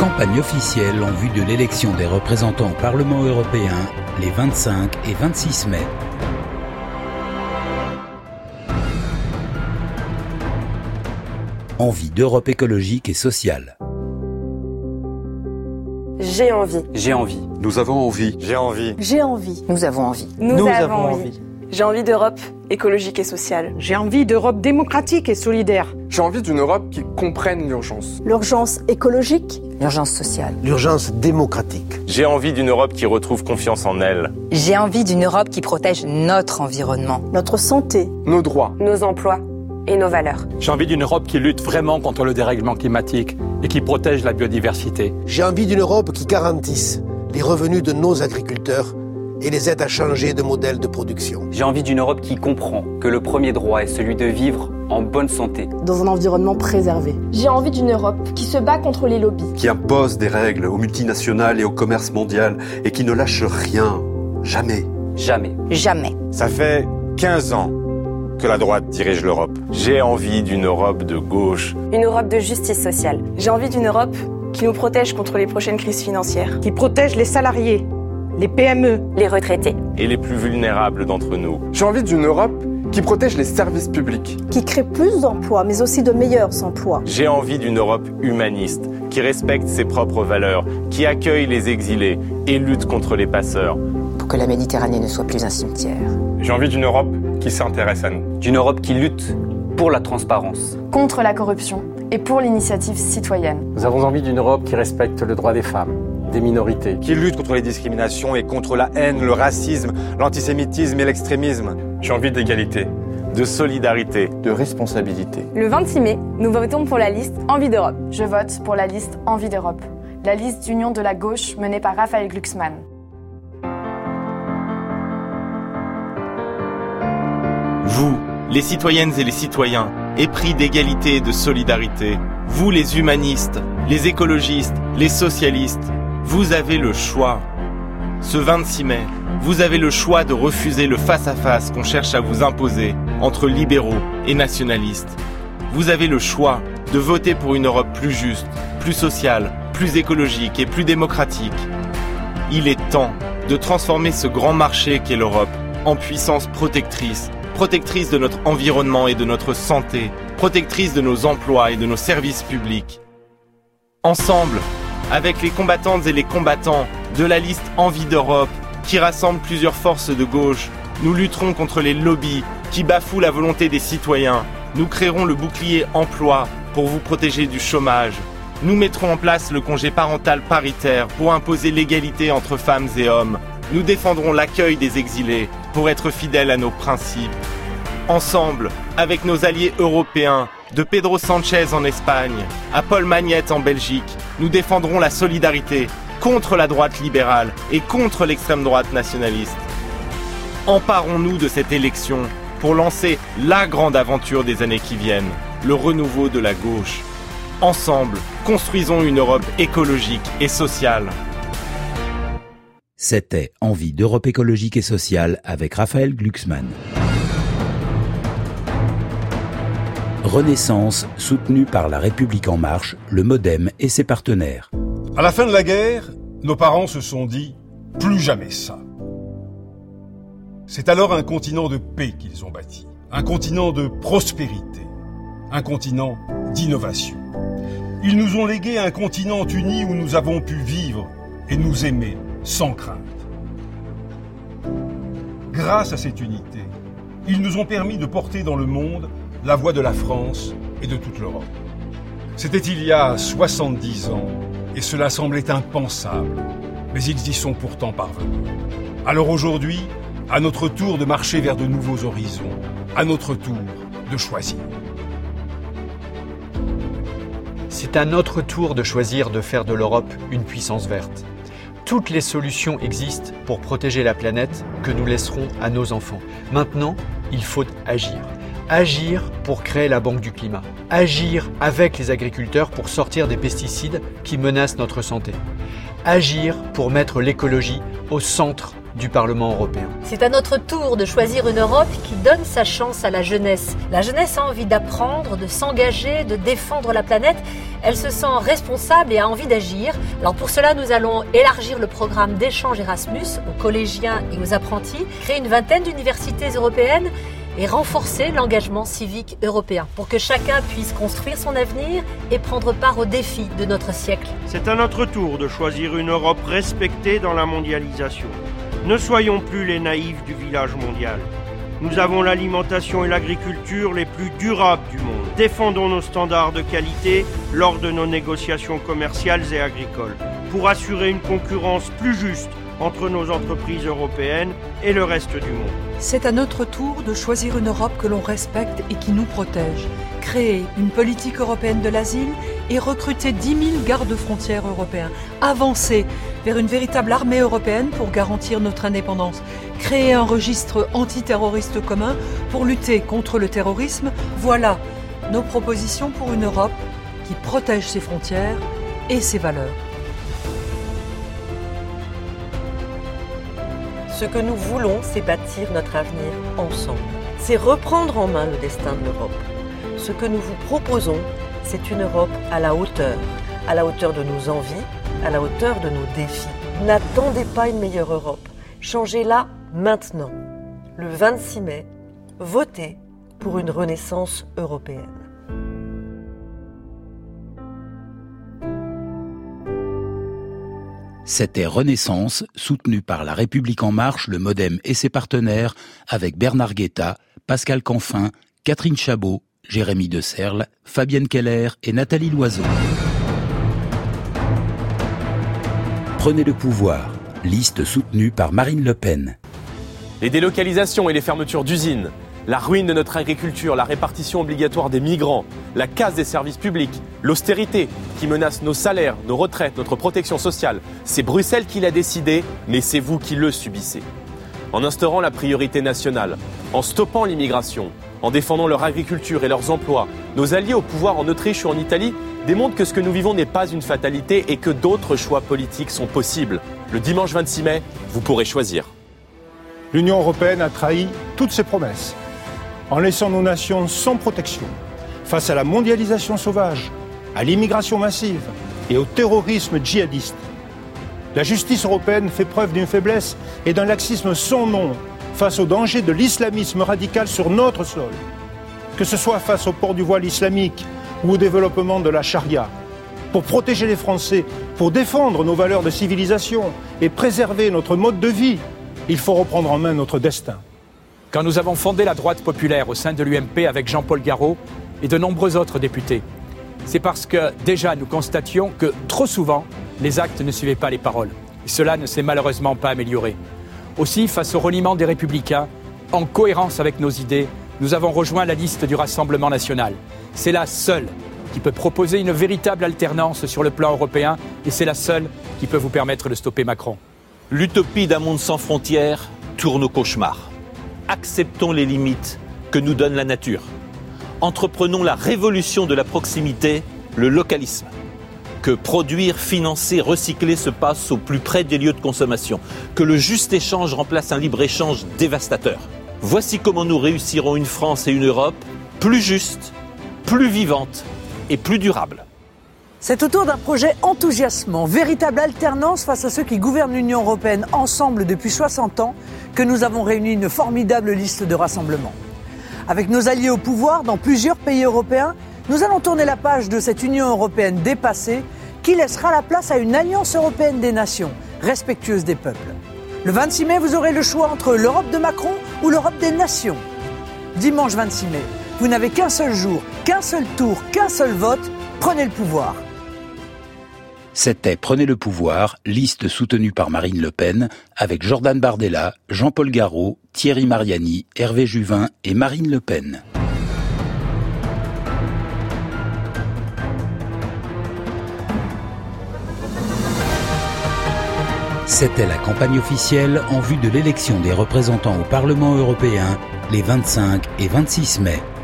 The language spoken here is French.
Campagne officielle en vue de l'élection des représentants au Parlement européen les 25 et 26 mai. Envie d'Europe écologique et sociale. J'ai envie. J'ai envie. Nous avons envie. J'ai envie. J'ai envie. Nous avons envie. Nous avons envie. J'ai envie d'Europe écologique et sociale. J'ai envie d'Europe démocratique et solidaire. J'ai envie d'une Europe qui comprenne l'urgence. L'urgence écologique. L'urgence sociale. L'urgence démocratique. J'ai envie d'une Europe qui retrouve confiance en elle. J'ai envie d'une Europe qui protège notre environnement. Notre santé. Nos droits. Nos emplois. Et nos valeurs. J'ai envie d'une Europe qui lutte vraiment contre le dérèglement climatique et qui protège la biodiversité. J'ai envie d'une Europe qui garantisse les revenus de nos agriculteurs et les aide à changer de modèle de production. J'ai envie d'une Europe qui comprend que le premier droit est celui de vivre en bonne santé. Dans un environnement préservé. J'ai envie d'une Europe qui se bat contre les lobbies. Qui impose des règles aux multinationales et au commerce mondial et qui ne lâche rien. Jamais. Jamais. Jamais. Ça fait 15 ans que la droite dirige l'Europe. J'ai envie d'une Europe de gauche. Une Europe de justice sociale. J'ai envie d'une Europe qui nous protège contre les prochaines crises financières. Qui protège les salariés, les PME, les retraités. Et les plus vulnérables d'entre nous. J'ai envie d'une Europe qui protège les services publics. Qui crée plus d'emplois, mais aussi de meilleurs emplois. J'ai envie d'une Europe humaniste, qui respecte ses propres valeurs, qui accueille les exilés et lutte contre les passeurs. Pour que la Méditerranée ne soit plus un cimetière. J'ai envie d'une Europe qui s'intéresse à nous. D'une Europe qui lutte pour la transparence. Contre la corruption et pour l'initiative citoyenne. Nous avons envie d'une Europe qui respecte le droit des femmes, des minorités. Qui lutte contre les discriminations et contre la haine, le racisme, l'antisémitisme et l'extrémisme. J'ai envie d'égalité, de solidarité, de responsabilité. Le 26 mai, nous votons pour la liste Envie d'Europe. Je vote pour la liste Envie d'Europe, la liste d'union de la gauche menée par Raphaël Glucksmann. Vous, les citoyennes et les citoyens, épris d'égalité et de solidarité, vous les humanistes, les écologistes, les socialistes, vous avez le choix. Ce 26 mai, vous avez le choix de refuser le face-à-face qu'on cherche à vous imposer entre libéraux et nationalistes. Vous avez le choix de voter pour une Europe plus juste, plus sociale, plus écologique et plus démocratique. Il est temps de transformer ce grand marché qu'est l'Europe en puissance protectrice de notre environnement et de notre santé, protectrice de nos emplois et de nos services publics. Ensemble, avec les combattantes et les combattants de la liste Envie d'Europe, qui rassemble plusieurs forces de gauche, nous lutterons contre les lobbies qui bafouent la volonté des citoyens. Nous créerons le bouclier emploi pour vous protéger du chômage. Nous mettrons en place le congé parental paritaire pour imposer l'égalité entre femmes et hommes. Nous défendrons l'accueil des exilés pour être fidèles à nos principes. Ensemble, avec nos alliés européens, de Pedro Sanchez en Espagne à Paul Magnette en Belgique, nous défendrons la solidarité contre la droite libérale et contre l'extrême droite nationaliste. Emparons-nous de cette élection pour lancer la grande aventure des années qui viennent, le renouveau de la gauche. Ensemble, construisons une Europe écologique et sociale. C'était Envie d'Europe écologique et sociale avec Raphaël Glucksmann. Renaissance, soutenue par La République En Marche, le MoDem et ses partenaires. À la fin de la guerre, nos parents se sont dit « plus jamais ça ». C'est alors un continent de paix qu'ils ont bâti, un continent de prospérité, un continent d'innovation. Ils nous ont légué un continent uni où nous avons pu vivre et nous aimer sans crainte. Grâce à cette unité, ils nous ont permis de porter dans le monde la voix de la France et de toute l'Europe. C'était il y a 70 ans et cela semblait impensable, mais ils y sont pourtant parvenus. Alors aujourd'hui, à notre tour de marcher vers de nouveaux horizons, à notre tour de choisir. C'est à notre tour de choisir de faire de l'Europe une puissance verte. Toutes les solutions existent pour protéger la planète que nous laisserons à nos enfants. Maintenant, il faut agir. Agir pour créer la Banque du climat. Agir avec les agriculteurs pour sortir des pesticides qui menacent notre santé. Agir pour mettre l'écologie au centre du Parlement européen. C'est à notre tour de choisir une Europe qui donne sa chance à la jeunesse. La jeunesse a envie d'apprendre, de s'engager, de défendre la planète, Elle se sent responsable et a envie d'agir. Alors pour cela, nous allons élargir le programme d'échange Erasmus aux collégiens et aux apprentis, créer une vingtaine d'universités européennes et renforcer l'engagement civique européen pour que chacun puisse construire son avenir et prendre part aux défis de notre siècle. C'est à notre tour de choisir une Europe respectée dans la mondialisation. Ne soyons plus les naïfs du village mondial. Nous avons l'alimentation et l'agriculture les plus durables du monde. Défendons nos standards de qualité lors de nos négociations commerciales et agricoles pour assurer une concurrence plus juste entre nos entreprises européennes et le reste du monde. C'est à notre tour de choisir une Europe que l'on respecte et qui nous protège. Créer une politique européenne de l'asile et recruter 10 000 gardes-frontières européens. Avancer vers une véritable armée européenne pour garantir notre indépendance. Créer un registre antiterroriste commun pour lutter contre le terrorisme. Voilà nos propositions pour une Europe qui protège ses frontières et ses valeurs. Ce que nous voulons, c'est bâtir notre avenir ensemble. C'est reprendre en main le destin de l'Europe. Ce que nous vous proposons, c'est une Europe à la hauteur de nos envies, à la hauteur de nos défis. N'attendez pas une meilleure Europe. Changez-la maintenant. Le 26 mai, votez pour une renaissance européenne. C'était Renaissance, soutenu par La République En Marche, le Modem et ses partenaires, avec Bernard Guetta, Pascal Canfin, Catherine Chabot, Jérémy De Serle, Fabienne Keller et Nathalie Loiseau. Prenez le pouvoir, liste soutenue par Marine Le Pen. Les délocalisations et les fermetures d'usines, la ruine de notre agriculture, la répartition obligatoire des migrants, la casse des services publics, l'austérité qui menace nos salaires, nos retraites, notre protection sociale. C'est Bruxelles qui l'a décidé, mais c'est vous qui le subissez. En instaurant la priorité nationale, en stoppant l'immigration, en défendant leur agriculture et leurs emplois, nos alliés au pouvoir en Autriche ou en Italie démontrent que ce que nous vivons n'est pas une fatalité et que d'autres choix politiques sont possibles. Le dimanche 26 mai, vous pourrez choisir. L'Union européenne a trahi toutes ses promesses, en laissant nos nations sans protection face à la mondialisation sauvage, à l'immigration massive et au terrorisme djihadiste. La justice européenne fait preuve d'une faiblesse et d'un laxisme sans nom face au danger de l'islamisme radical sur notre sol, que ce soit face au port du voile islamique ou au développement de la charia. Pour protéger les Français, pour défendre nos valeurs de civilisation et préserver notre mode de vie, il faut reprendre en main notre destin. Quand nous avons fondé la droite populaire au sein de l'UMP avec Jean-Paul Garot et de nombreux autres députés, c'est parce que déjà nous constations que trop souvent, les actes ne suivaient pas les paroles. Et cela ne s'est malheureusement pas amélioré. Aussi, face au reniement des Républicains, en cohérence avec nos idées, nous avons rejoint la liste du Rassemblement national. C'est la seule qui peut proposer une véritable alternance sur le plan européen et c'est la seule qui peut vous permettre de stopper Macron. L'utopie d'un monde sans frontières tourne au cauchemar. Acceptons les limites que nous donne la nature. Entreprenons la révolution de la proximité, le localisme. Que produire, financer, recycler se passe au plus près des lieux de consommation. Que le juste échange remplace un libre-échange dévastateur. Voici comment nous réussirons une France et une Europe plus justes, plus vivantes et plus durables. C'est autour d'un projet enthousiasmant, véritable alternance face à ceux qui gouvernent l'Union européenne ensemble depuis 60 ans, que nous avons réuni une formidable liste de rassemblements. Avec nos alliés au pouvoir dans plusieurs pays européens, nous allons tourner la page de cette Union européenne dépassée qui laissera la place à une alliance européenne des nations, respectueuse des peuples. Le 26 mai, vous aurez le choix entre l'Europe de Macron ou l'Europe des nations. Dimanche 26 mai, vous n'avez qu'un seul jour, qu'un seul tour, qu'un seul vote, prenez le pouvoir. C'était Prenez le pouvoir, liste soutenue par Marine Le Pen, avec Jordan Bardella, Jean-Paul Garot, Thierry Mariani, Hervé Juvin et Marine Le Pen. C'était la campagne officielle en vue de l'élection des représentants au Parlement européen les 25 et 26 mai.